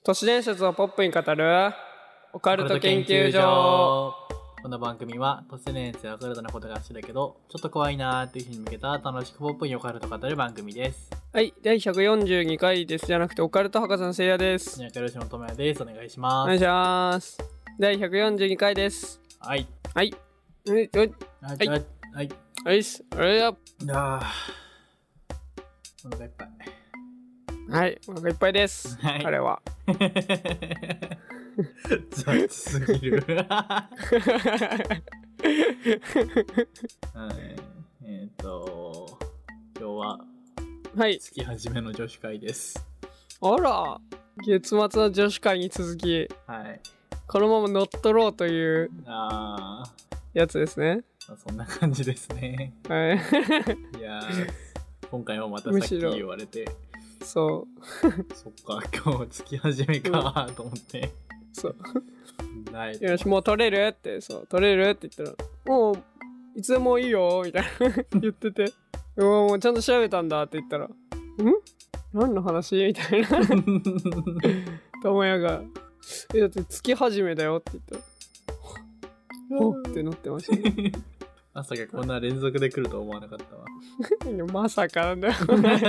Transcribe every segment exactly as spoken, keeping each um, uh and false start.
都市伝説をポップに語るオカルト研究所。 この番組は都市伝説やオカルトなことが好きだけどちょっと怖いなーっていう人に向けた楽しくポップにオカルトを語る番組です。 はい、だいひゃくよんじゅうにかいです。じゃなくてオカルト博士のせいやです。 よろしくお願いです。お願いします。 お願いします。だいひゃくよんじゅうにかいです。 はいはいはいはいはいはいはいはいっす。あれやあーお腹いっぱい。 はいお腹いっぱいです、はい、彼は雑すぎるはい、えっ、ー、と今日は月始めの女子会です、 はい、あら月末の女子会に続き、 はい、 このまま乗っ取ろうというあやつですね。 あそんな感じですね。 はいいや今回もまたさっき言われてそうそっか今日月始めかと思って、うん、 そうないよしもう取れるってそう取れるって言ったらもういつでもいいよみたいな言っててもうちゃんと調べたんだって言ったらん何の話みたいな智也がえだって月始めだよって言ったらほってなってましたねまさかこんな連続で来ると思わなかったわまさかなんだよ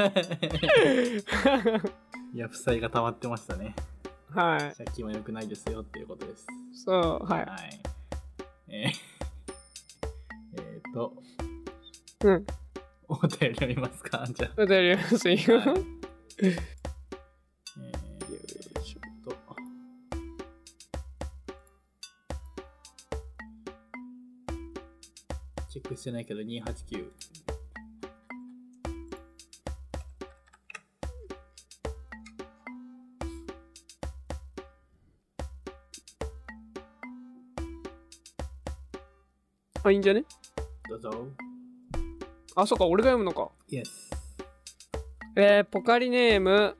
いや負債が溜まってましたね。 はい借金は良くないですよっていうことです。 そうはい、 はい、えー、えーとうんお便り読みますか。じゃあお便り読みますよ、はいえー、よいしょっとチェックしてないけどにーはちきゅうあ、いいんじゃね。 どうぞ。 あ、そっか俺が読むのか。 Yes。 えー、ポカリネーム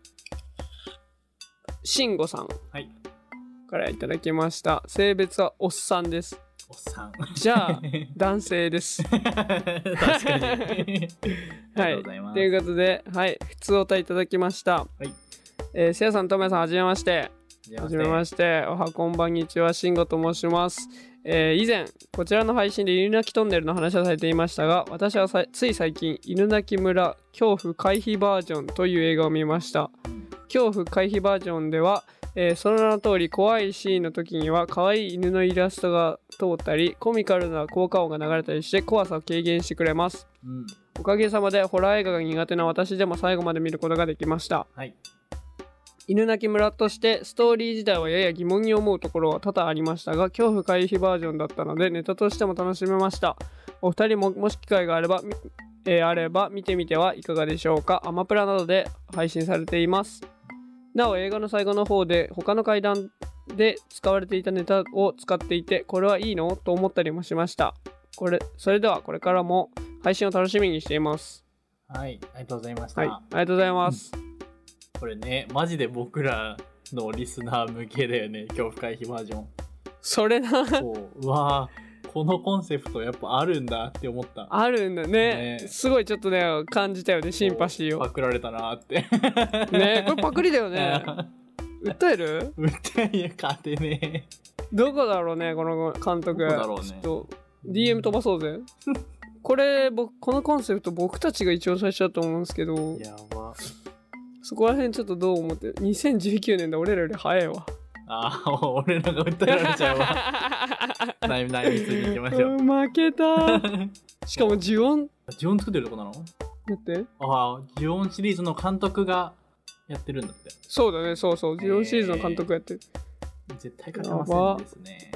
しんごさんからいただきました。性別はおっさんです。 おっさんじゃあ男性です確かにありがとうございます、 はい、ということで、はい、普通おたいただきました。はい、えー、せやさんともやさんはじめまして。はじめまして。おはこんばんにちは、しんごと申します。えー、以前こちらの配信で犬鳴トンネルの話をされていましたが、私はさつい最近犬鳴村恐怖回避バージョンという映画を見ました。恐怖回避バージョンでは、えー、その名の通り怖いシーンの時には可愛い犬のイラストが通ったりコミカルな効果音が流れたりして怖さを軽減してくれます、うん、おかげさまでホラー映画が苦手な私でも最後まで見ることができました、はい、犬鳴村としてストーリー自体はやや疑問に思うところは多々ありましたが、恐怖回避バージョンだったのでネタとしても楽しめました。お二人ももし機会があれば、えー、あれば見てみてはいかがでしょうか。アマプラなどで配信されています。なお映画の最後の方で他の階段で使われていたネタを使っていて、これはいいのと思ったりもしました。これそれではこれからも配信を楽しみにしています。 はい、ありがとうございました。 はい、ありがとうございます、 うん、これねマジで僕らのリスナー向けだよね、恐怖回避バージョン。 それなそう、うわこのコンセプトやっぱあるんだって思った。 あるんだ ね, ねすごいちょっとね感じたよね、シンパシーを。 パクられたなってねこれパクリだよね訴える訴えや勝てねどこだろうねこの監督。 どこだろうね。 ちょっと ディーエム 飛ばそうぜこれ僕このコンセプト僕たちが一番最初だと思うんですけど、 やばそこら辺ちょっとどう思って。にせんじゅうきゅうねんで俺らより早いわ。 ああ俺らが訴えられちゃうわ内密に行きましょう負けたしかも呪音呪音作ってるとこなの。 だってああ呪音シリーズの監督がやってるんだって。 そうだね、そうそう呪音シリーズの監督やってる、 えー、絶対勝てませんですね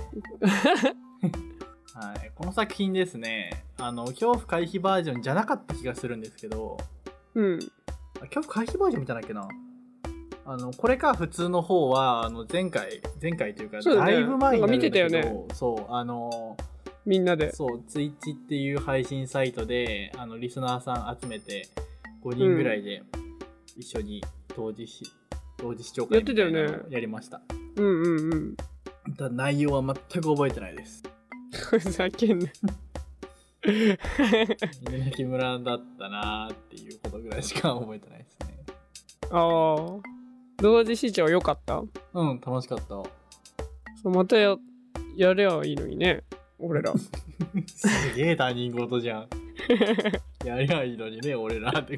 はい、この作品ですね、あの恐怖回避バージョンじゃなかった気がするんですけど、 うん恐怖回避バージョンみたいだっけな。あのこれか普通の方はあの前回前回というかだいぶ前になるんだけど、 見てたよね。 そうあのみんなでそうツイッチっていう配信サイトであのリスナーさん集めてごにんぐらいで一緒に同時し、うん、同時視聴会みたいなのをやりました。 うんうんうん。 ただ内容は全く覚えてないです。 ふざけんな犬鳴村だったなーっていうことぐらいしか覚えてないですね。 ああ同時視聴良かった？ うん、楽しかった。 そう、また や, やればいいのにね、俺ら。 すげえ他人事じゃん。やりゃいいのにね、俺らって。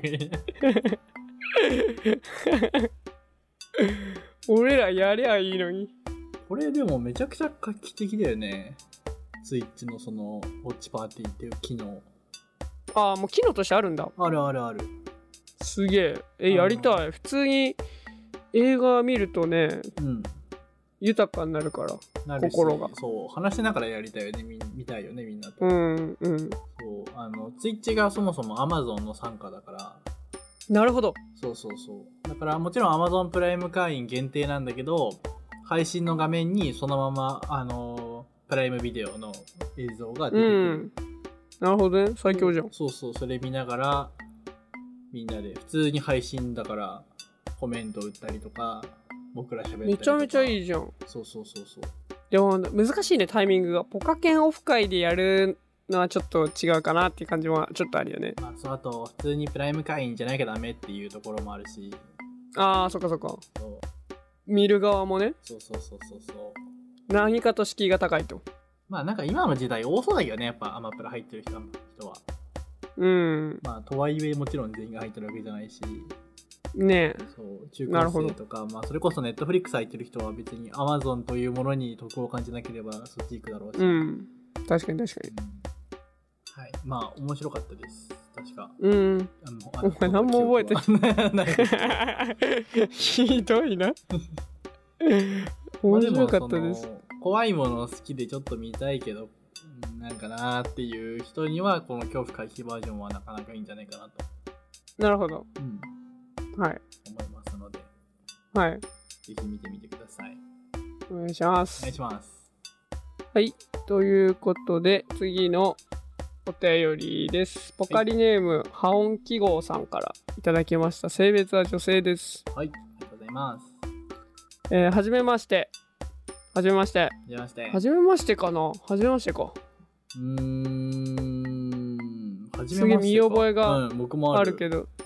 俺らやりゃいいのに。 これでもめちゃくちゃ画期的だよね。スイッチのそのウォッチパーティーっていう機能。 ああ、もう機能としてあるんだ。 あるあるある。 すげえ。え、やりたい。普通に映画見るとね、うん、豊かになるから、なるし心が。 そう、話しながらやりたいよね、見、見たいよね、みんなと。 うんうん。そう、 あの、ツイッチがそもそも Amazon の傘下だから。 なるほど。 そうそうそう。だからもちろん Amazon プライム会員限定なんだけど、配信の画面にそのまま、あのー、プライムビデオの映像が出てくる。うん、 なるほどね。最強じゃん。 そうそう、それ見ながら、みんなで普通に配信だからコメント打ったりとか、僕ら喋ったりとか。 めちゃめちゃいいじゃん。 そうそうそうそう。 でも難しいね、タイミングが。ポカケンオフ会でやるのはちょっと違うかなっていう感じはちょっとあるよね。 まあ、そう、あと普通にプライム会員じゃなきゃダメっていうところもあるし。 ああ、そっかそっか。そう、見る側もね。 そうそうそうそうそう。 何かと敷居が高いと。 まあなんか今の時代多そうだけどね、やっぱアマプラ入ってる人は。 うん。 まあとはいえもちろん全員が入ってるわけじゃないし。 ねえ。 そう、中高生とか、まあそれこそネットフリックス入ってる人は別に Amazon というものに得を感じなければそっち行くだろうし。 うん。確かに確かに。 はい。まあ面白かったです。確か。 うん。あのお前何も覚えてない。ひどいな。面白かったです。 怖いもの好きでちょっと見たいけど、なんかなーっていう人にはこの恐怖回避バージョンはなかなかいいんじゃないかなと。 なるほど。 うん。 はい。 思いますので。 はい。 ぜひ見てみてください。 お願いします。 お願いします。 はい。ということで、次のお便りです。ポカリネーム、はい、ハオン記号さんからいただきました。性別は女性です。 はい。ありがとうございます。 えー、はじめまして。はじめまして。はじめまして。 はじめましてかなはじめましてか。 うーん。はじめましてか。 すげえ見覚えがうん、僕もある。 あるけど。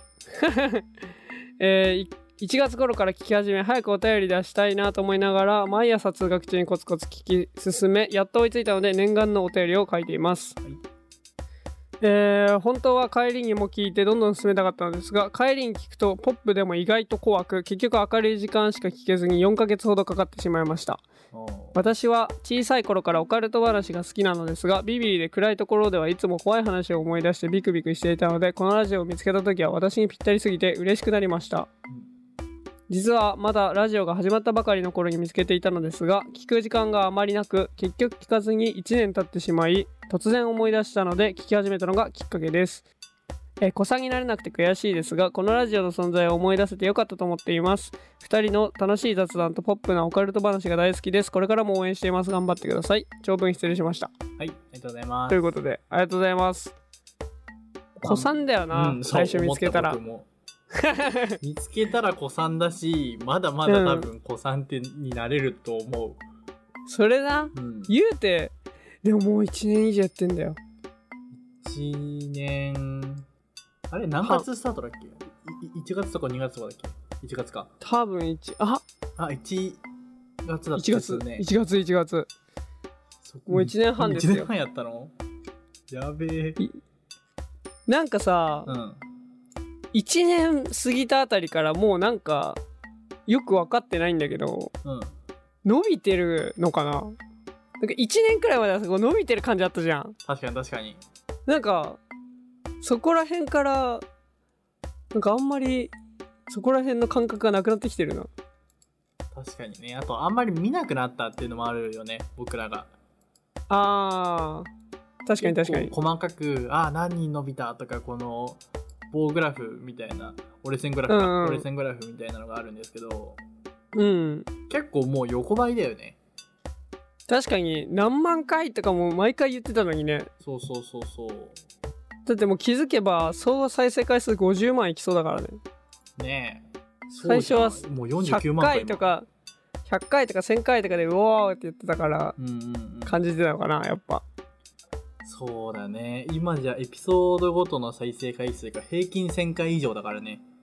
えー、いちがつ頃から聞き始め、早くお便り出したいなと思いながら、毎朝通学中にコツコツ聞き進め、やっと追いついたので念願のお便りを書いています。はい、えー、本当は帰りにも聞いてどんどん進めたかったのですが、帰りに聞くとポップでも意外と怖く、結局明るい時間しか聞けずによんかげつほどかかってしまいました。私は小さい頃からオカルト話が好きなのですが、ビビリで暗いところではいつも怖い話を思い出してビクビクしていたので、このラジオを見つけた時は私にぴったりすぎて嬉しくなりました。実はまだラジオが始まったばかりの頃に見つけていたのですが、聞く時間があまりなく、結局聞かずにいちねん経ってしまい、突然思い出したので聞き始めたのがきっかけです。えー、子さんになれなくて悔しいですが、このラジオの存在を思い出せてよかったと思っています。ふたりの楽しい雑談とポップなオカルト話が大好きです。これからも応援しています。頑張ってください。長文失礼しました。 はい、ありがとうございます。 ということで、ありがとうございます。子さんだよな、うん、最初見つけたら。 見つけたら子さんだし、まだまだ多分子さんってになれると思う。うん、 それな、うん、言うて、でももういちねん以上やってんだよ。 いちねん、あれ何月スタートだっけ？いちがつとかにがつとかだっけ？いちがつか。 多分いち、ああ、いちがつだったですね。 いちがつ、いちがつ。もういちねんはんですよ。 いちねんはんやったの？やべえ。 なんかさ、うん、いちねん過ぎたあたりからもうなんかよく分かってないんだけど、うん、伸びてるのかな？なんかいちねんくらいまでは伸びてる感じあったじゃん。 確かに確かに。 なんかそこら辺からなんかあんまりそこら辺の感覚がなくなってきてるな。 確かにね。あとあんまり見なくなったっていうのもあるよね、僕らが。 あー、確かに確かに。 細かく、あー何人伸びたとか、この棒グラフみたいな、折れ線グラフか、うんうん、折れ線グラフみたいなのがあるんですけど、 うん、 結構もう横ばいだよね。 確かに何万回とかも毎回言ってたのにね。 そうそうそうそう。 だってもう気づけば総再生回数ごじゅうまんいきそうだからね。 ねえ。 最初はひゃっかいとかひゃっかいとかせんかいとかでうおーって言ってたから感じてたのかな、やっぱ。 そうだね。今じゃエピソードごとの再生回数が平均せんかい以上だからね。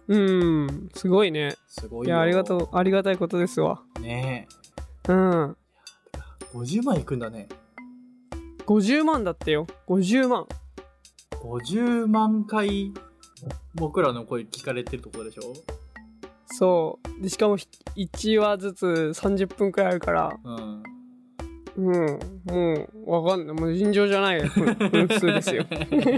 うんすごいね。 すごいよ。 いやありがとうありがたいことですわ。 ねえうんごじゅうまんいくんだね。 ごじゅうまんだってよ。ごじゅうまんごじゅうまんかい僕らの声聞かれてるところでしょ。 そうでしかもいちわずつさんじゅっぷんくらいあるからうんうんもうわかんないもう尋常じゃない分数ですよ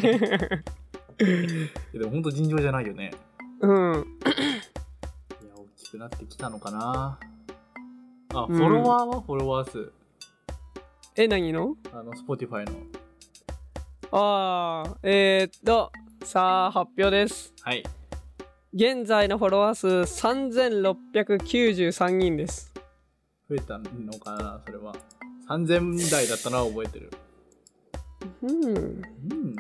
でもほんと尋常じゃないよね。 うんいや大きくなってきたのかなあ、フォロワーは、うん、フォロワー数え何のあの Spotify のあーえー、っとさあ発表です。 はい現在のフォロワー数さんぜんろっぴゃくきゅうじゅうさんにんです。 増えたのかなそれは。さんぜんだいだったのは覚えてる。 うん、うん、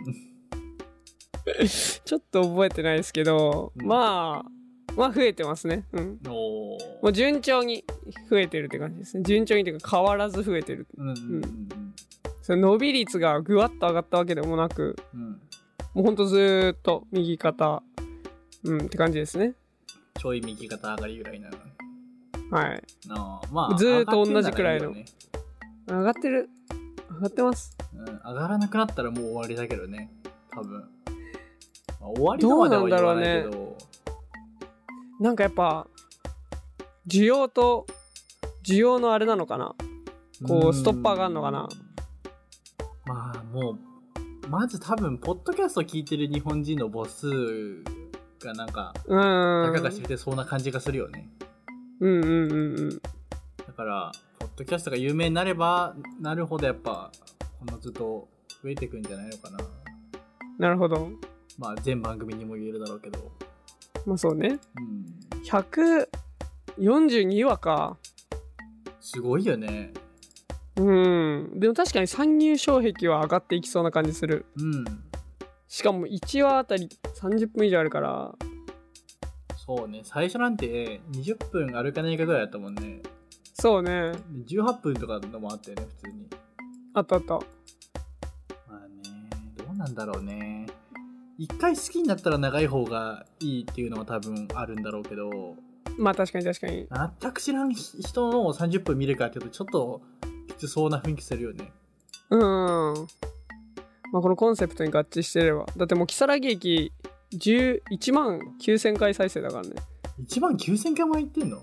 ちょっと覚えてないですけど、うん、まあまあ増えてますね。うん。おもう順調に増えてるって感じですね。順調にというか変わらず増えてる。うんうんうんうん、その伸び率がぐわっと上がったわけでもなく、うん、もうほんとずーっと右肩うんって感じですね。 ちょい右肩上がりぐらいな。 はい。 あまあずーっと同じくらいの。ね、上がってる。上がってます、 うん。上がらなくなったらもう終わりだけどね。多分。まあ、終わりとまでは言わないけど。どうなんだろうね。 なんかやっぱ需要と需要のあれなのかな。こうストッパーがあるのかな。 まあもうまず多分ポッドキャスト聞いてる日本人の母数がなんかたかが知れてそうな感じがするよね。 うんうんうんうん。 だからポッドキャストが有名になればなるほどやっぱこのずっと増えていくんじゃないのかな。 なるほど。 まあ全番組にも言えるだろうけど。 まあそうね。うん、ひゃくよんじゅうにわか。 すごいよね。 うんでも確かに参入障壁は上がっていきそうな感じする。 うんしかもいちわあたりさんじゅっぷん以上あるから。 そうね最初なんてにじゅっぷん歩かないかぐらいだったもんね。 そうねじゅうはっぷんとかのもあったよね普通に。 あったあった。 まあねどうなんだろうね。一回好きになったら長い方がいいっていうのは多分あるんだろうけど。 まあ確かに確かに全く知らん人のさんじゅっぷん見るかっていうとちょっときつそうな雰囲気するよね。 うんまあこのコンセプトに合致してれば。だってもう如月駅じゅういちまんきゅうせんかい再生だからね。 いちまんきゅうせんかいも言ってんの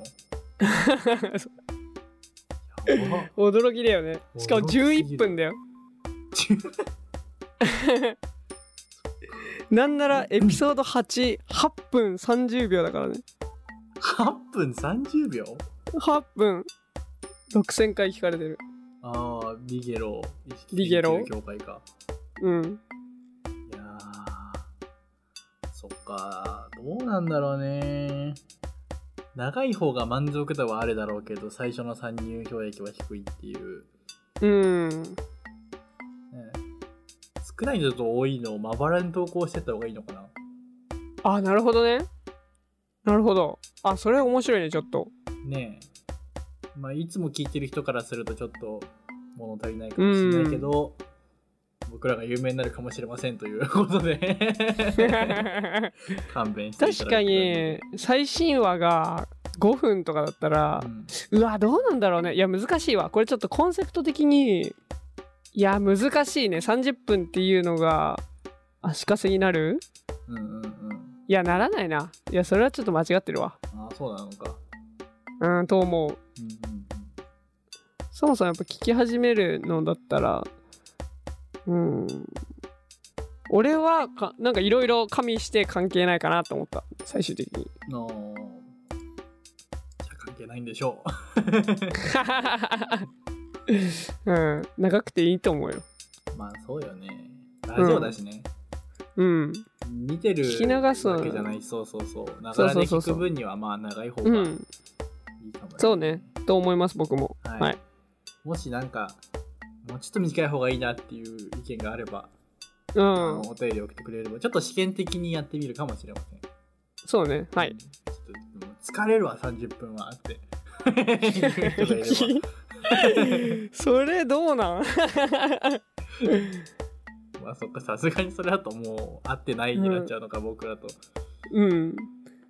驚きだよね。しかもじゅういっぷんだよなんならエピソードはち、はっぷんさんじゅうびょうだからね。 はっぷんさんじゅうびょう ? はっ 分ろくせんかい聞かれてる。 ああ、ビゲロビゲロ協会か。 うん。 いやー、そっか、どうなんだろうね。長い方が満足度はあるだろうけど、最初の参入障壁は低いっていう。 うん。 ね、少ないのと多いのをまばらに投稿してった方がいいのかな。 あ、なるほどね。なるほど。あ、それ面白いね、ちょっと。 ねえ。まあ、いつも聞いてる人からするとちょっと物足りないかもしれないけど、僕らが有名になるかもしれませんということで勘弁していただきたい。 確かに最新話がごふんとかだったら、うん、うわどうなんだろうね。いや難しいわこれ。ちょっとコンセプト的にいや難しいね。さんじゅっぷんっていうのが足かせになる、 うんうんうん、 いやならないな。いやそれはちょっと間違ってるわ。 ああそうなのか。 うんと思う、うんうんうん、そもそもやっぱ聞き始めるのだったらうん、俺はかなんかいろいろ加味して関係ないかなと思った最終的に。 のじゃあ関係ないんでしょう、うん、長くていいと思うよ。 まあそうよね。ラジオだしね。 うん、うん、 見てるだけじゃない。そうそうそうながらで聞く分にはまあ長い方がいいかも、ね、うん、 そうねと思います僕も、はいはい、 もしなんかもうちょっと短い方がいいなっていう意見があれば、 うん、 あのお便り送ってくれればちょっと試験的にやってみるかもしれません。そうねはい、 ちょっと疲れるわさんじゅっぷんはってそれどうなんまあそっかさすがにそれだともう合ってないになっちゃうのか、うん、僕らと。 うん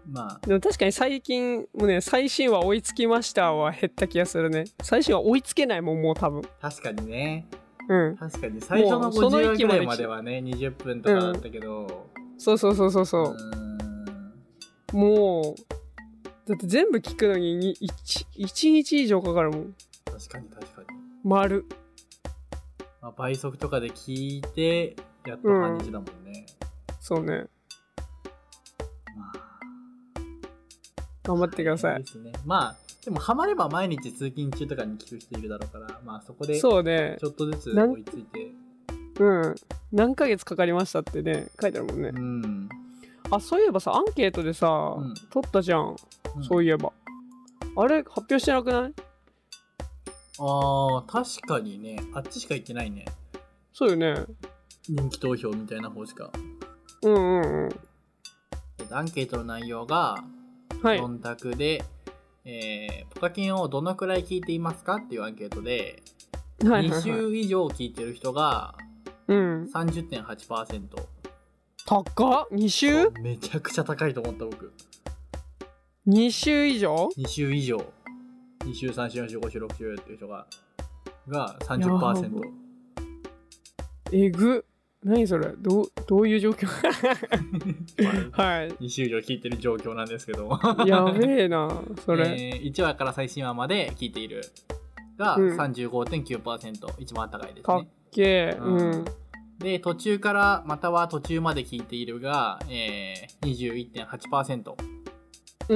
まあでも確かに最近もうね、最新話追いつきましたは減った気がするね。最新話追いつけないもん、もう多分。 確かにね。 うん。 確かに最初のごじゅうわぐらいまではね、にじゅっぷんとかだったけど、うん、 そうそうそうそうそう。うもうだって全部聞くのに 1, いちにち以上かかるもん。 確かに確かに。 丸。 まあ、倍速とかで聞いてやっと半日だもんね。 うん、そうね。 まあ頑張ってください。 ですね。まあでもハマれば毎日通勤中とかに聞く人いるだろうから、まあそこでちょっとずつ追いついて。 うん。何ヶ月かかりましたってね書いてあるもんね。 うん。 あ、そういえばさ、アンケートでさ、うん、取ったじゃん、うん、そういえばあれ発表してなくない？ あー確かにね、あっちしか言ってないね。 そうよね。 人気投票みたいな方しか。 うんうんうん。 アンケートの内容がよん択で、はいえー、ポカキンをどのくらい聞いていますかっていうアンケートで、はいはいはい、に週以上聞いてる人が さんじゅってんはちパーセント、うん、 高っ。に週？ めちゃくちゃ高いと思った僕。 に週以上？ に 週以上。に週、さん週、よん週、ご週、ろく週っていう人がが さんじゅっパーセント。 えぐ。何それ、どう、どういう状況はい。 に週以上聞いてる状況なんですけどやべえなそれ、 えー、いちわから最新話まで聞いているが さんじゅうごてんきゅうパーセント、うん、一番高いですね。 かっけー、うんうん、 で途中からまたは途中まで聞いているが、えー、にじゅういってんはちパーセント、 うん、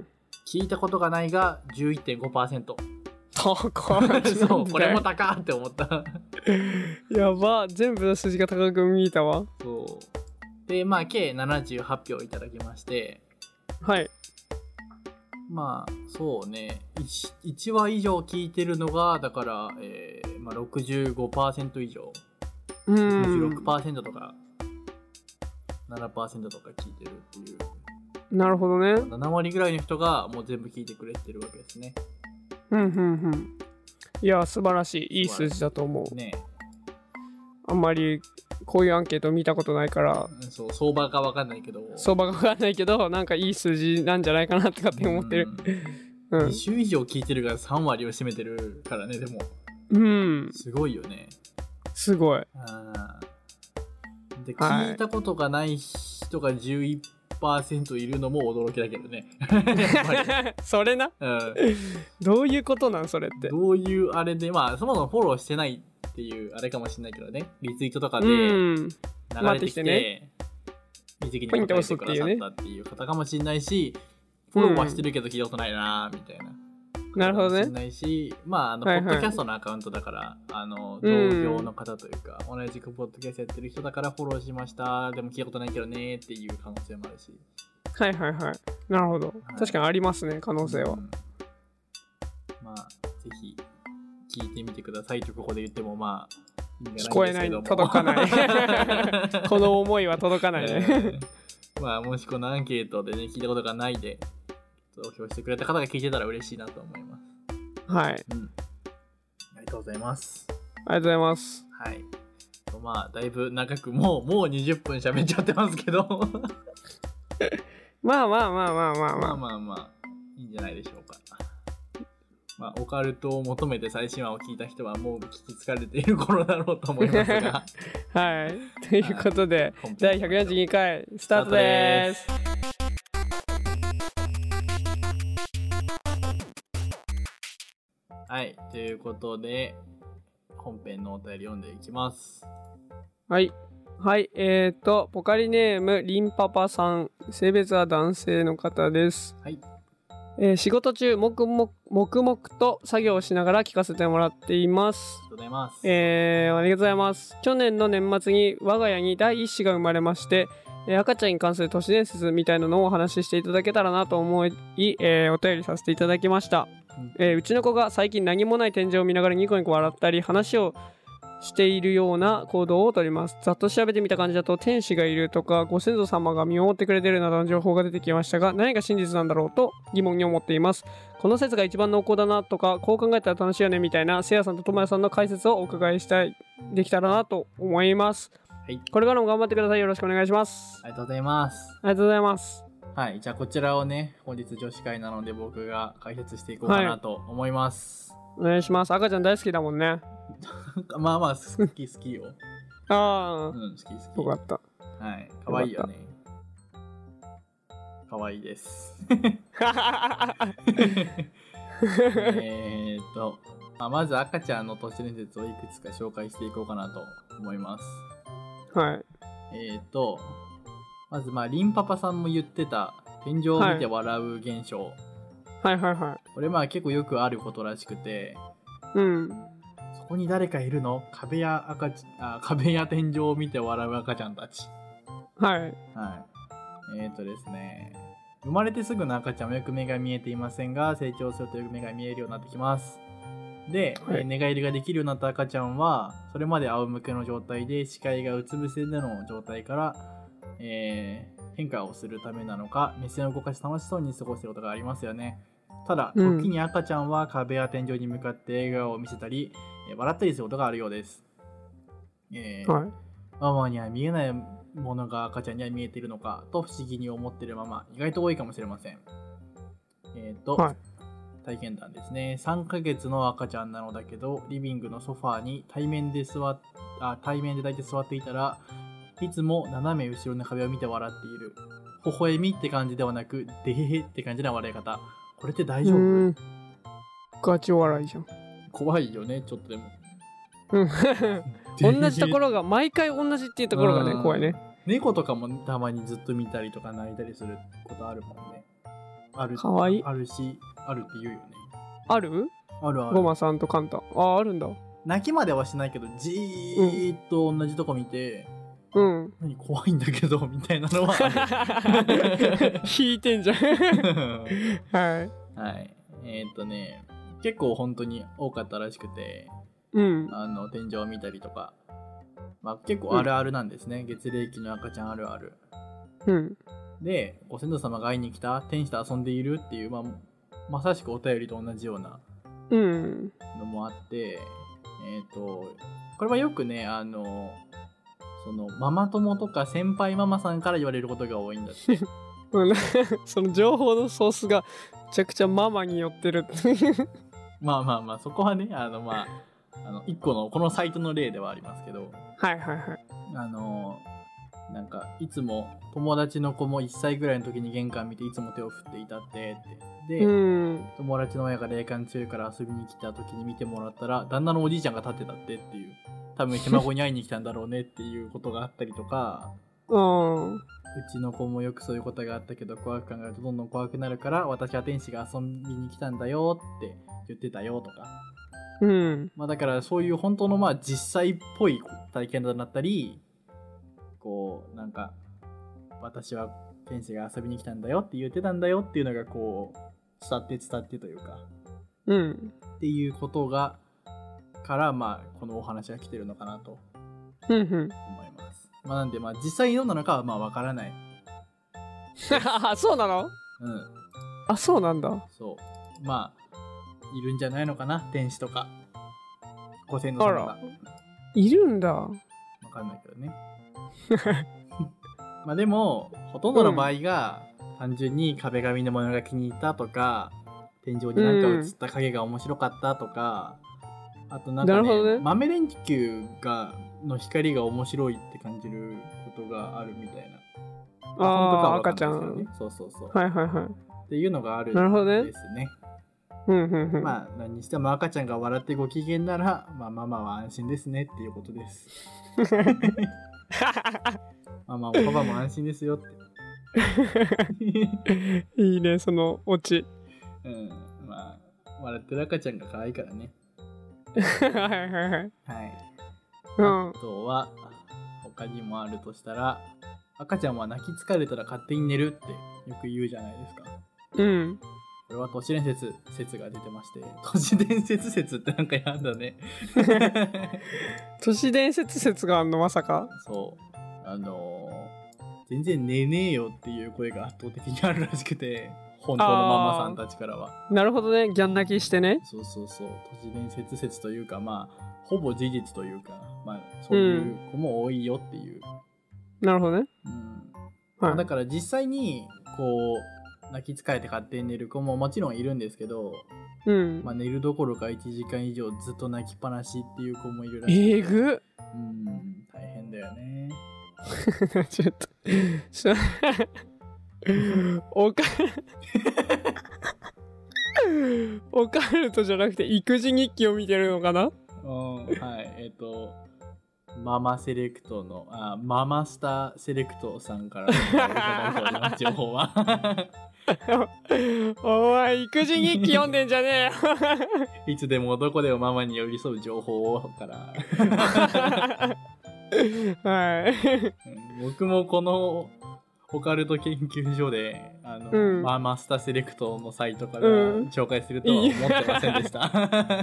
聞いたことがないが じゅういってんごパーセント。 高いそうこれも高って思ったやば、全部の数字が高く見えたわ。 そうでまあ計ななじゅうはち票いただきまして、 はい。 まあそうね 1, いちわ以上聞いてるのがだから、えーまあ、ろくじゅうごパーセント以上、うん ろくじゅうろくパーセント とか ななパーセント とか聞いてるっていう。 なるほどね。 なな割ぐらいの人がもう全部聞いてくれてるわけですね。 うんうんうん。いや素晴らしい、いい数字だと思うね。あんまりこういうアンケート見たことないから、 うん、そう相場が分かんないけど相場が分かんないけどなんかいい数字なんじゃないかなって勝手に思ってる。 うん、うん、に週以上聞いてるがさん割を占めてるからね。でもうんすごいよね。 すごい。 あで聞いたことがない人がじゅういちパーセントいるのも驚きだけどねそれな、うん、どういうことなんそれって。 どういうあれで、まあそもそもフォローしてないっていうあれかもしれないけどね、リツイートとかで流れてきて、ね、理的に答えてくださったっていう方かもしれないし、フォローはしてるけど聞いたことないなみたいな、 なるほどね。 かもしれないし、まああの、はいはい、ポッドキャストのアカウントだからあの同業の方というか、うん、同じくポッドキャストやってる人だからフォローしました、でも聞いたことないけどねっていう可能性もあるし。 はいはいはい、なるほど、はい、確かにありますね、可能性は、うん、 まあぜひ聞いてみてくださいとここで言ってもまあ聞こえない、届かないこの思いは届かないね、 えー、まあもしこのアンケートでね聞いたことがないで投票してくれた方が聞いてたら嬉しいなと思います。 はい、 うん、ありがとうございます。 ありがとうございます。 はい、まあだいぶ長くもうもうにじゅっぷん喋っちゃってますけどまあまあまあまあまあまあまあまあまあいいんじゃないでしょうか。まあオカルトを求めて最新話を聞いた人はもう聞き疲れている頃だろうと思いますがはいということでだいひゃくよんじゅうにかいスタートです。 はいということで本編のお便り読んでいきます。 はいはい、えーと、ポカリネーム、リンパパさん、性別は男性の方です。 はい。 えー、仕事中、黙々、黙々と作業をしながら聞かせてもらっています。 ありがとうございます。 えー、ありがとうございます。去年の年末に我が家に第一子が生まれまして、えー、赤ちゃんに関する都市伝説みたいなのをお話ししていただけたらなと思い、えー、お便りさせていただきました。うんえー、うちの子が最近何もない天井を見ながらニコニコ笑ったり、話をしているような行動をとります。ざっと調べてみた感じだと天使がいるとかご先祖様が見守ってくれているなどの情報が出てきましたが、何が真実なんだろうと疑問に思っています。この説が一番濃厚だなとか、こう考えたら楽しいよねみたいなせいやさんとともやさんの解説をお伺いしたいできたらなと思います。はい、これからも頑張ってください。よろしくお願いします。 ありがとうございます。 ありがとうございます。 はい、じゃあこちらをね、本日女子会なので僕が解説していこうかなと思います。 はい、お願いします。赤ちゃん大好きだもんね。 まあまあ好き好きよ。 ああ、 うん、好き好き。 よかった。 はい、かわいいよね。かわいいです。えっと、まあ、まず赤ちゃんの都市伝説をいくつか紹介していこうかなと思います。 はい。 えっと、まずまあリンパパさんも言ってた天井を見て笑う現象。 はいはいはい。 これまあ結構よくあることらしくて、 うん。 そこに誰かいるの？壁や赤ちあ壁や天井を見て笑う赤ちゃんたち。 はい。 はい。えっとですね、生まれてすぐの赤ちゃんはよく目が見えていませんが、成長するとよく目が見えるようになってきます。で、はい、えー、寝返りができるようになった赤ちゃんは、それまで仰向けの状態で視界がうつ伏せでの状態から、えー、変化をするためなのか、目線を動かし楽しそうに過ごすことがありますよね。ただ、時に赤ちゃんは壁や天井に向かって笑顔を見せたり、えー、笑ったりすることがあるようです。えーはい、ママには見えないものが赤ちゃんには見えているのかと不思議に思っているママ、意外と多いかもしれません。えっ、ー、と、はい、体験談ですね。さんかげつの赤ちゃんなのだけど、リビングのソファーに対面で座っあ対面で抱いて座っていたら、いつも斜め後ろの壁を見て笑っている。微笑みって感じではなく、でへへって感じの笑い方。これって大丈夫？ ガチ笑いじゃん。 怖いよね、ちょっとでも。 同じところが、毎回同じっていうところがね、怖いね。 猫とかもたまにずっと見たりとか泣いたりすることあるもんね。ある。 かわいい。 あるし、あるって言うよね。 ある？ あるある。 ゴマさんとカンタ。あ、あるんだ。 泣きまではしないけど、じーっと同じとこ見て、 うん。 何怖いんだけどみたいなのはある。引いてんじゃん。はい。 はい。えー、っとね、結構本当に多かったらしくて、 うん。 あの天井を見たりとか、まあ、結構あるあるなんですね、うん、月齢期の赤ちゃんあるある。 うん。 で、ご先祖様が会いに来た、天使と遊んでいるっていう、まあ、まさしくお便りと同じようなのもあって、うん、えっ、ー、と、これはよくね、あの、そのママ友とか先輩ママさんから言われることが多いんだって。 その情報のソースがめちゃくちゃママに寄ってる。 まあまあまあ、そこはね、あのまあ、あの一個のこのサイトの例ではありますけど、 はいはいはい。 あのなんかいつも友達の子もいっさいぐらいの時に玄関見ていつも手を振っていたってってで、うん、友達の親が霊感強いから遊びに来た時に見てもらったら旦那のおじいちゃんが立ってたってっていう、多分ひ孫に会いに来たんだろうねっていうことがあったりとかうん、 うちの子もよくそういうことがあったけど怖く考えるとどんどん怖くなるから私は天使が遊びに来たんだよって言ってたよとか、 うん、 まあだからそういう本当のまあ実際っぽい体験談だったり、こうなんか私は天使が遊びに来たんだよって言ってたんだよっていうのがこう伝って伝ってというか、 うん、 っていうことがからまあこのお話が来てるのかなと思います。まあなんでまあ実際どうなのかはまあわからない。 そうなの？ うん。 あ、そうなんだ。 そう。まあいるんじゃないのかな、天使とかご先祖様が。 いるんだ。わかんないけどね。まあでもほとんどの場合が、うん、単純に壁紙のものが気に入ったとか、天井になんか映った影が面白かったとか、うん、あとなんかね、ね豆電球がの光が面白いって感じることがあるみたいな。 ああ、赤ちゃん。 そうそうそう。 はいはいはい。 っていうのがあるんですね。 うんうんうん、 まあ何にしても赤ちゃんが笑ってご機嫌なら、まあ、ママは安心ですねっていうことです。ママもパパも安心ですよって。 いいねそのオチ。 うん、まあ笑ってる赤ちゃんが可愛いからね。 はいはいはい。はい。 うん、あとは他にもあるとしたら、赤ちゃんは泣き疲れたら勝手に寝るってよく言うじゃないですか。 うん。 これは都市伝説説が出てまして、都市伝説説ってなんかやだね。 都市伝説説があんのまさか？ そう。あのー、全然寝ねえよっていう声が圧倒的にあるらしくて、本当のママさんたちからは。 なるほどね、ギャン泣きしてね。 そうそうそう。都市伝説説というか、まあ、ほぼ事実というか、まあ、そういう子も多いよっていう。 うん、なるほどね。 うん。はい、だから実際にこう泣き疲れて勝手に寝る子ももちろんいるんですけど、 うん、 まあ、寝るどころかいちじかん以上ずっと泣きっぱなしっていう子もいるらしい。 えぐっ。 うん大変だよね。 ちょっとちょおかオカルトじゃなくて育児日記を見てるのかな。 うん、はいえっ、ー、とママセレクトのあママスターセレクトさんからいただいております情報は。 お前育児日記読んでんじゃねえよ。 いつでもどこでもママに寄り添う情報からはい、 僕もこのオカルト研究所であの、うん、ママスターセレクトのサイトから紹介するとは思ってませんでした。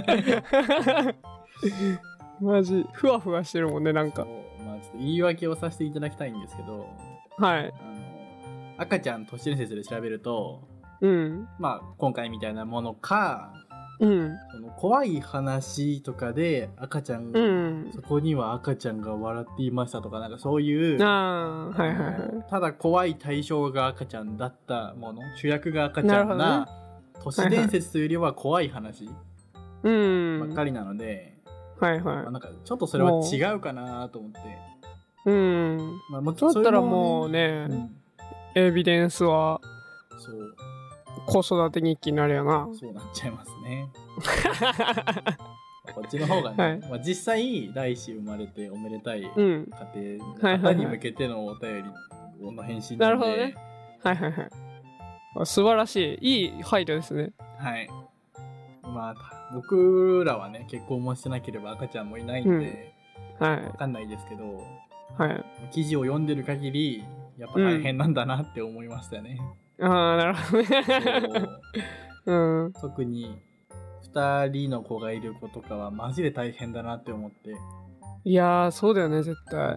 マジふわふわしてるもんねなんか。 まあ、ちょっと言い訳をさせていただきたいんですけど、 はい、 あの赤ちゃん都市伝説で調べると、 うん、 まあ今回みたいなものか、 うん、 その怖い話とかで赤ちゃん、うん、そこには赤ちゃんが笑っていましたとかなんかそういう、 あ、はいはいはい、 ただ怖い対象が赤ちゃんだったもの、主役が赤ちゃんな、ね、都市伝説というよりは怖い話ばっかりなので、 はいはい、 まあ、なんかちょっとそれは違うかなと思って、 うん、まあ、もちろんだったらもうね、うん、エビデンスはそう子育て日記になるよな。 そうなっちゃいますね。こっちの方がね、はい、まあ、実際来週生まれておめでたい家庭の方に向けてのお便りの返信なんで、 なるほどね。はいはいはい。素晴らしい、いい配慮ですね。 はい。まあ僕らはね結婚もしてなければ赤ちゃんもいないんで、うん、はい、分かんないですけど、 はい、 記事を読んでる限りやっぱ大変なんだなって思いましたよね。 うん、ああなるほどね。うん、 特にふたりの子がいる子とかはマジで大変だなって思って。 いやーそうだよね絶対。 うん、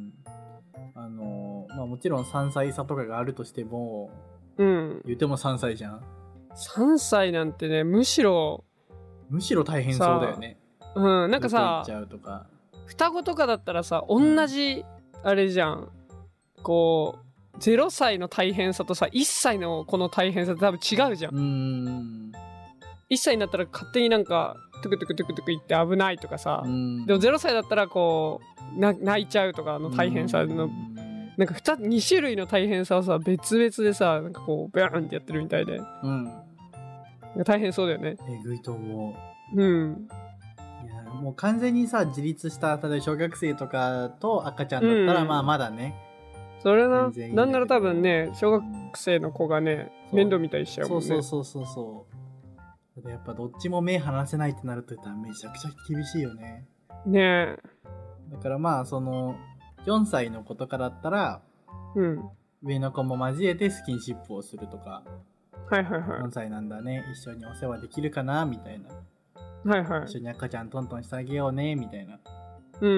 あのまあもちろんさんさい差とかがあるとしても、 うん、 言ってもさんさいじゃん。 さんさいなんてねむしろむしろ大変そうだよね。 うん、なんかさとか双子とかだったらさ同じあれじゃん、こうゼロさいの大変さとさいっさいのこの大変さって多分違うじゃん。 うーんいっさいになったら勝手になんかトゥクトゥクトゥクトゥク言って危ないとかさ、でもゼロさいだったらこうな泣いちゃうとかの大変さのなんかに種類の大変さをさ別々でさなんかこうビャーンってやってるみたいで、うん、大変そうだよね。 えぐいと思う。うんいやもう完全にさ自立した例えば小学生とかと赤ちゃんだったら、うん、まあまだねそれななんなら多分ね小学生の子がね、うん、面倒見たりしちゃうもんね。 そうそうそうそうそうやっぱどっちも目離せないってなるとめちゃくちゃ厳しいよね。 ねえだからまあそのよんさいの子とかだったら、うん、上の子も交えてスキンシップをするとか、 はいはいはい、 よんさいなんだね一緒にお世話できるかなみたいな、 はいはい、 一緒に赤ちゃんトントンしてあげようねみたいな、 うん、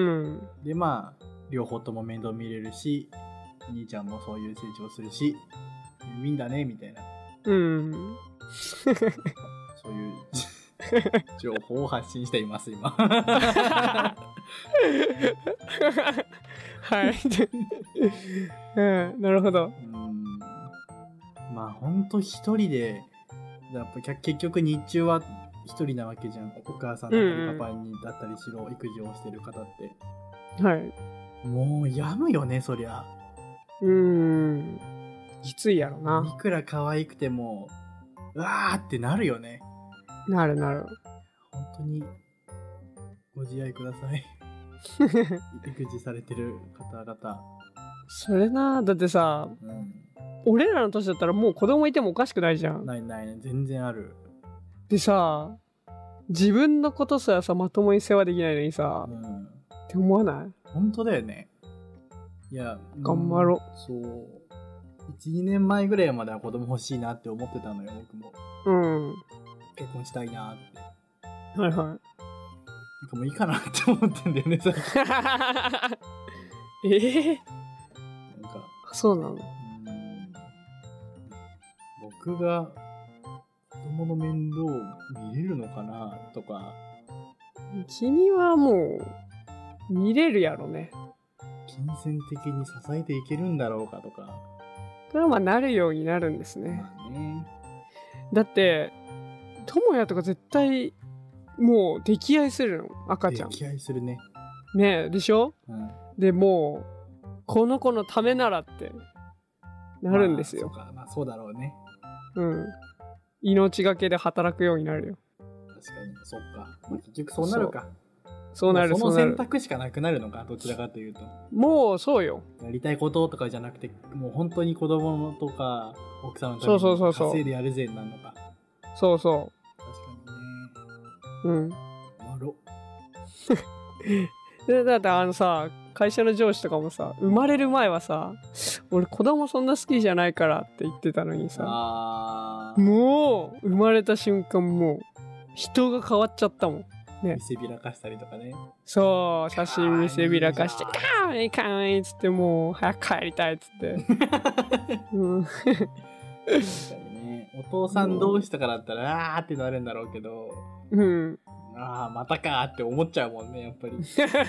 でまあ両方とも面倒見れるし兄ちゃんもそういう成長するしいいんだねみたいな、 うんそういう情報を発信しています今。 はい、うん、なるほど。 うんまあほんと一人でやっぱ結局日中は一人なわけじゃん。お母さんだったりパパにだったりしろ、うん、育児をしてる方ってはいもう病むよねそりゃ。 うーんきついやろな。 いくら可愛くてもうわーってなるよね。 なるなる。 本当にご自愛ください。育児されてる方々。 それなだってさ、うん、俺らの年だったらもう子供いてもおかしくないじゃん。 ないないね全然ある。 でさ自分のことささまともに世話できないのにさ、うん、って思わない？ 本当だよね。いや頑張ろう。 そういち、にねんまえぐらいまでは子供欲しいなって思ってたのよ僕も。 うん結婚したいなってはいはいなんかもういいかなって思ってんだよね最近。 えー、 なんかそうなの。うん僕が子供の面倒見れるのかなとか。 君はもう見れるやろね。 金銭的に支えていけるんだろうかとか。 それはまあなるようになるんですね。 まあね。 だって智也とか絶対もう溺愛するの赤ちゃん。 溺愛するね。 ねえでしょ、 うん、 でもうこの子のためならってなるんですよ。 まあ、そうか、まあそうだろうね。 うん。命がけで働くようになるよ。 確かに、そっか。まあ、結局そうなるか。 そうなる、 その選択しかなくなるのか、どちらかというと。 もうそうよ。 やりたいこととかじゃなくて、もう本当に子供とか奥さんのためそうそうそうそうに稼いでやるぜになるのか。 そうそ確かう。うん。 にね。おもろ。 でだってあのさ会社の上司とかもさ生まれる前はさ俺子供そんな好きじゃないからって言ってたのにさあもう生まれた瞬間もう人が変わっちゃったもんね。 見せびらかしたりとかね。 そう写真見せびらかしてかわいいかわいいっつってもう早く帰りたいっつって、うん、 確かにね。お父さん同士とかだったらあーってなるんだろうけど、 うんああまたかーって思っちゃうもんねやっぱり。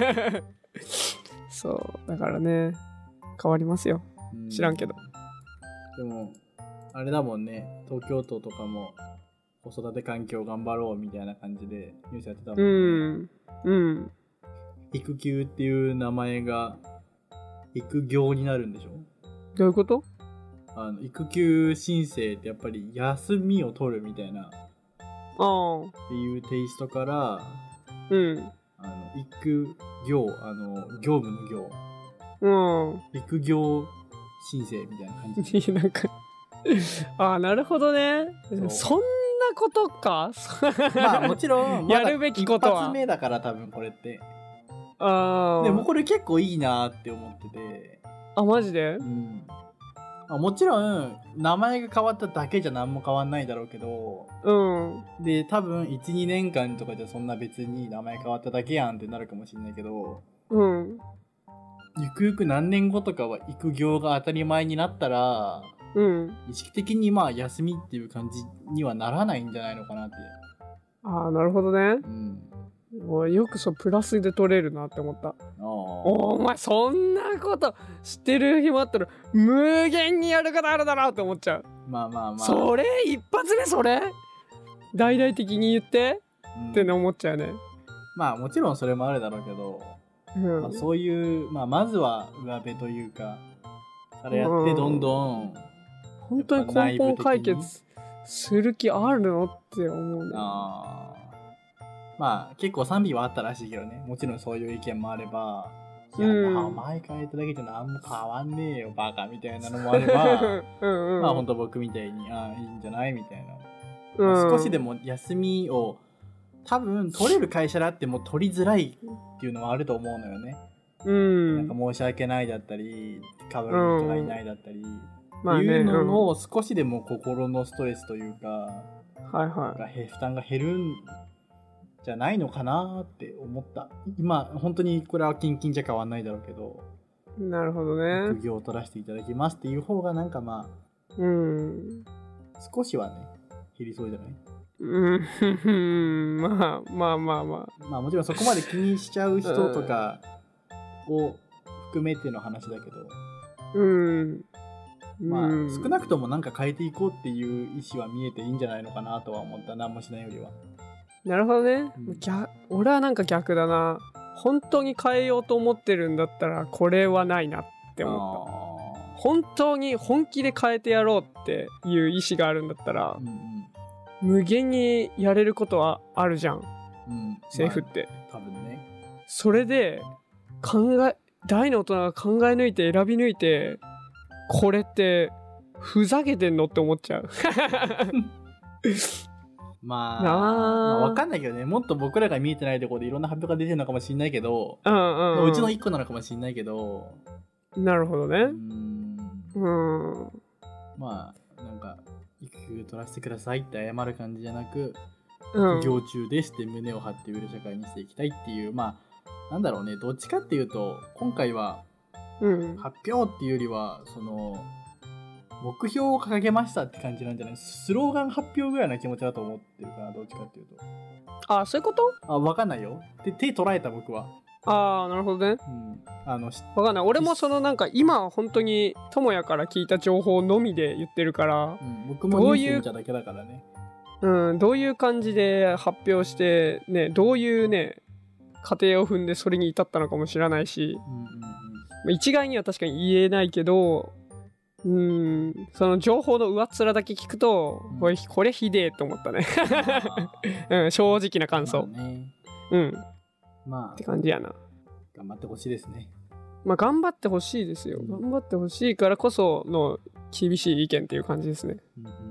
そうだからね変わりますよ。知らんけど。 でもあれだもんね、東京都とかも子育て環境頑張ろうみたいな感じでニュースやってたもんね。 うんうん育休っていう名前が育業になるんでしょ。 どういうこと？ あの育休申請ってやっぱり休みを取るみたいなあっていうテイストから、 うんあの育業、あの業務の業、 うん育業申請みたいな感じ。 なんかああなるほどね。 そそんなことか。 まあもちろんやるべきことは一発目だから多分これって。 あでもこれ結構いいなって思ってて。 あマジで？ うんまあ、もちろん名前が変わっただけじゃ何も変わんないだろうけど、 うんで多分 いち,に 年間とかじゃそんな別に名前変わっただけやんってなるかもしれないけど、 うんゆくゆく何年後とかは育業が当たり前になったら、 うん意識的にまあ休みっていう感じにはならないんじゃないのかなって。 ああなるほどね。 うんおいよくそうプラスで取れるなって思った。おお前そんなこと知ってる暇あったら無限にやることあるだろうって思っちゃう。 まあまあまあそれ一発目それ大々的に言って、 うん、 ってね思っちゃうね。 まあもちろんそれもあるだろうけど、うんまあ、そういう、まあ、まずは上辺というかからやってどんどん、うん、 本当に根本解決する気あるのって思うね。 あまあ結構賛否はあったらしいけどね。もちろんそういう意見もあれば、いや、うん、まあ前変えただけじゃ何も変わんねえよバカみたいなのもあればうん、うん、まあ本当僕みたいにああいいんじゃないみたいな、うんまあ、少しでも休みを多分取れる会社だってもう取りづらいっていうのはあると思うのよね。うん、なんか申し訳ないだったり代わりの人がいないだったり、うんまあね、いうのを少しでも心のストレスというか、 はいはい、 負担が減るんじゃないのかなって思った。今本当にこれはキンキンじゃ変わんないだろうけど、 なるほどね。 副業を取らせていただきますっていう方がなんかまあ、 うん、 少しはね減りそうじゃない？ うん、まあまあまあまあまあもちろんそこまで気にしちゃう人とかを含めての話だけど、 うん、 まあ少なくともなんか変えていこうっていう意思は見えていいんじゃないのかなとは思った。何もしないよりは。 なるほどね、うん、逆俺はなんか逆だな。本当に変えようと思ってるんだったらこれはないなって思った。本当に本気で変えてやろうっていう意思があるんだったら、うんうん、無限にやれることはあるじゃん、うん、政府って、 まあ、多分ね。 それで考え大の大人が考え抜いて選び抜いてこれってふざけてんのって思っちゃうまあ、まあ、分かんないけどね。もっと僕らが見えてないところでいろんな発表が出てるのかもしれないけど、うんうんうん、うちの一個なのかもしれないけど。 なるほどね。うん。 うんまあなんか育休取らせてくださいって謝る感じじゃなく、うん、育業中ですって胸を張って売る社会にしていきたいっていう、まあなんだろうね。どっちかっていうと今回は発表っていうよりはその。目標を掲げましたって感じなんじゃない？スローガン発表ぐらいな気持ちだと思ってるかな、どっちかっていうと。 あ、そういうこと？ あ、わかんないよ。で、手捉えた僕は。 ああ、なるほどね。 うん、あのわかんない。俺もそのなんか今本当に智也から聞いた情報のみで言ってるから、 うん、僕もニュース見ただけだからね。 うん、どういう感じで発表してね、どういうね過程を踏んでそれに至ったのかも知らないし、うんうんうん、一概には確かに言えないけど、うん、その情報の上っ面だけ聞くと、うん、これこれひでえと思ったね、うん、正直な感想、まあね、うんまあって感じやな。 頑張ってほしいですね。 まあ頑張ってほしいですよ、うん、頑張ってほしいからこその厳しい意見っていう感じですね、うんうん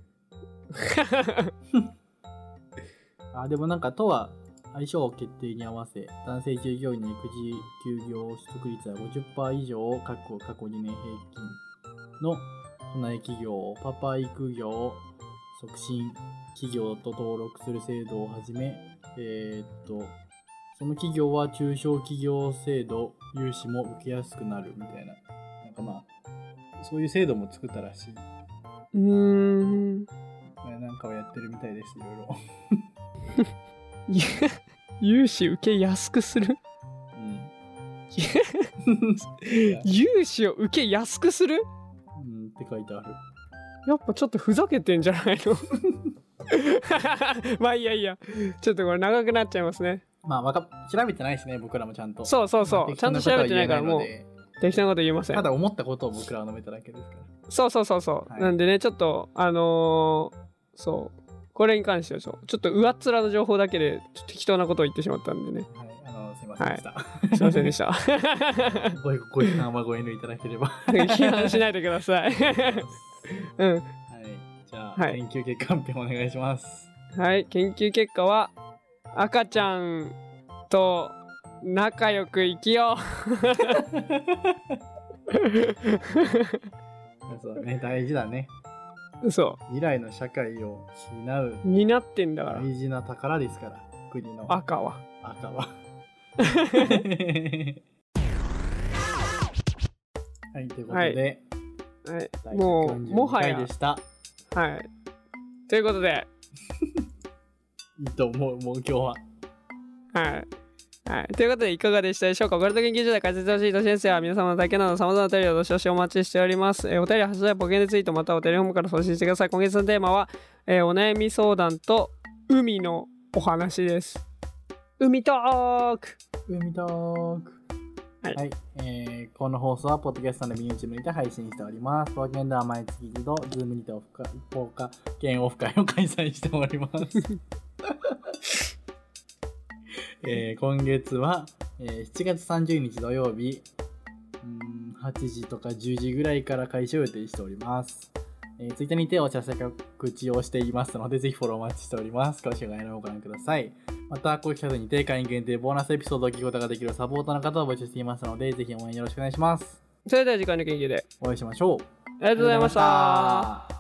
うん、あでもなんか都は相性決定に合わせ男性従業員の育児休業取得率は ごじゅっパーセント 以上を過去過去にねん平均の備え企業パパ育業促進企業と登録する制度をはじめ、えー、っとその企業は中小企業制度融資も受けやすくなるみたいな、なんかまあそういう制度も作ったらしい。 うーん、 なんかをやってるみたいです、いろいろ。融資受けやすくする、うん、融資を受けやすくする、 うんって書いてある。 やっぱちょっとふざけてんじゃないのまあいいやいいや、ちょっとこれ長くなっちゃいますね。 まあわか調べてないしね、僕らもちゃんと。 そうそうそう、まあ、ちゃんと調べてないからもう適当なこと言いません。 ただ思ったことを僕らは述べただけですから。 そうそうそうそう、はい、なんでねちょっとあのー、そうこれに関してはちょっと上っ面の情報だけでちょっと適当なことを言ってしまったんでね。 はい、あのすいませんでした。はい、すいませんでした。 ごご批判はご遠慮いただければ。 批判しないでください。うん。はい。 じゃあ、はい、研究結果発表お願いします。 はい、研究結果は赤ちゃんと仲良く生きよう。 そうね、大事だね。 そう未来の社会を担う担ってんだから大事な宝ですから、国の赤は赤ははいということで、 はいはい、もうもはやでしたはいということでいいと思う、もう今日ははいはい、ということでいかがでしたでしょうか。オカルト研究所で解説してほしい都市先生は皆様の体験など様々なお便りをどしどしお待ちしております。えー、お便りはハッシュタグポケンでツイートまたはお便りフォームから送信してください。今月のテーマは、えー、お悩み相談と海のお話です。海トーク海トークはい、はい、えー、この放送はポッドキャストの YouTube にて配信しております。ポケンでは毎月一度 Zoom にてオフ会放課兼オフ会を開催しておりますえー、今月は、えー、しちがつさんじゅうにち土曜日うんはちじとかじゅうじぐらいから開始を予定しております。えー、ツイッターにてお知らせ告知をしていますのでぜひフォローお待ちしております。詳しい概要をご覧ください。また公式サイトにて会員限定ボーナスエピソードを聞くことができるサポーターの方を募集していますのでぜひ応援よろしくお願いします。 それでは次回の研究でお会いしましょう。 ありがとうございました。